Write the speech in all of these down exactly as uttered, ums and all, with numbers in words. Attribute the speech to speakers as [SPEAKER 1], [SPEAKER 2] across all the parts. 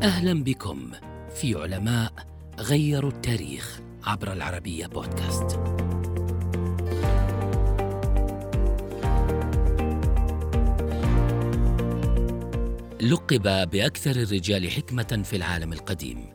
[SPEAKER 1] أهلا بكم في علماء غيروا التاريخ عبر العربية بودكاست. لقب بأكثر الرجال حكمة في العالم القديم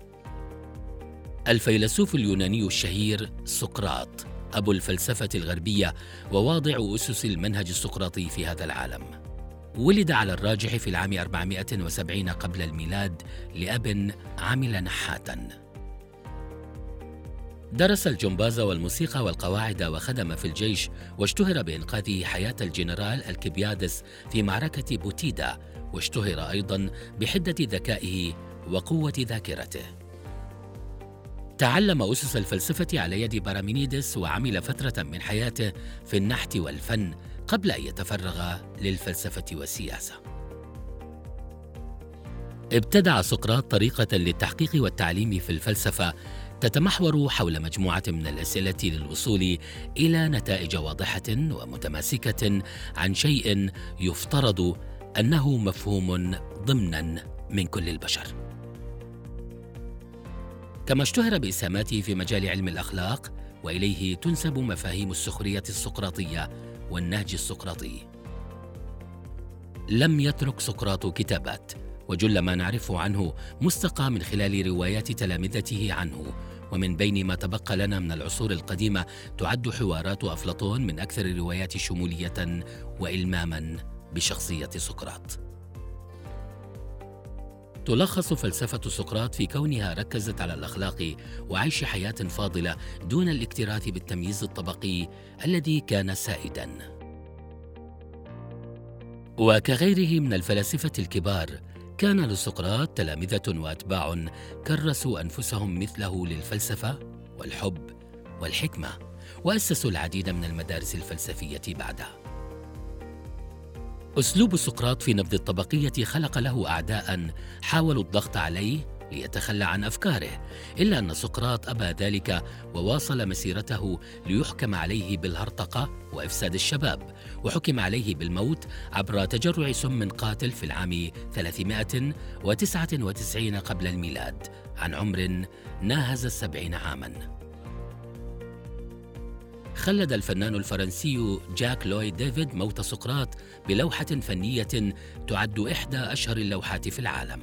[SPEAKER 1] الفيلسوف اليوناني الشهير سقراط، أبو الفلسفة الغربية وواضع أسس المنهج السقراطي في هذا العالم. ولد على الراجح في العام أربعمائة وسبعين قبل الميلاد لأب عمل نحاتا. درس الجمباز والموسيقى والقواعد وخدم في الجيش، واشتهر بإنقاذ حياة الجنرال الكبيادس في معركة بوتيدا، واشتهر أيضا بحدة ذكائه وقوة ذاكرته. تعلم أسس الفلسفة على يد بارامينيدس، وعمل فترة من حياته في النحت والفن قبل أن يتفرغ للفلسفة والسياسة. ابتدع سقراط طريقة للتحقيق والتعليم في الفلسفة تتمحور حول مجموعة من الأسئلة للوصول إلى نتائج واضحة ومتماسكة عن شيء يفترض أنه مفهوم ضمناً من كل البشر. كما اشتهر بإسهاماته في مجال علم الأخلاق، وإليه تنسب مفاهيم السخرية السقراطية والنهج السقراطي. لم يترك سقراط كتابات، وجل ما نعرفه عنه مستقى من خلال روايات تلامذته عنه، ومن بين ما تبقى لنا من العصور القديمة تعد حوارات أفلاطون من أكثر الروايات شمولية وإلماما بشخصية سقراط. تلخص فلسفة سقراط في كونها ركزت على الأخلاق وعيش حياة فاضلة دون الاكتراث بالتمييز الطبقي الذي كان سائداً. وكغيره من الفلاسفة الكبار، كان لسقراط تلامذة وأتباع كرسوا أنفسهم مثله للفلسفة والحب والحكمة، وأسسوا العديد من المدارس الفلسفية بعدها. أسلوب سقراط في نبذ الطبقية خلق له أعداء حاولوا الضغط عليه ليتخلى عن أفكاره، إلا أن سقراط أبى ذلك وواصل مسيرته ليحكم عليه بالهرطقة وإفساد الشباب، وحكم عليه بالموت عبر تجرع سم قاتل في العام ثلاثمائة وتسعة وتسعين قبل الميلاد عن عمر ناهز السبعين عاماً. خلد الفنان الفرنسي جاك لويد ديفيد موت سقراط بلوحة فنية تعد إحدى أشهر اللوحات في العالم.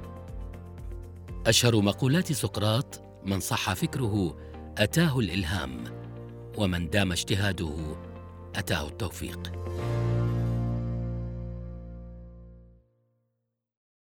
[SPEAKER 1] أشهر مقولات سقراط: من صح فكره أتاه الإلهام، ومن دام اجتهاده أتاه التوفيق.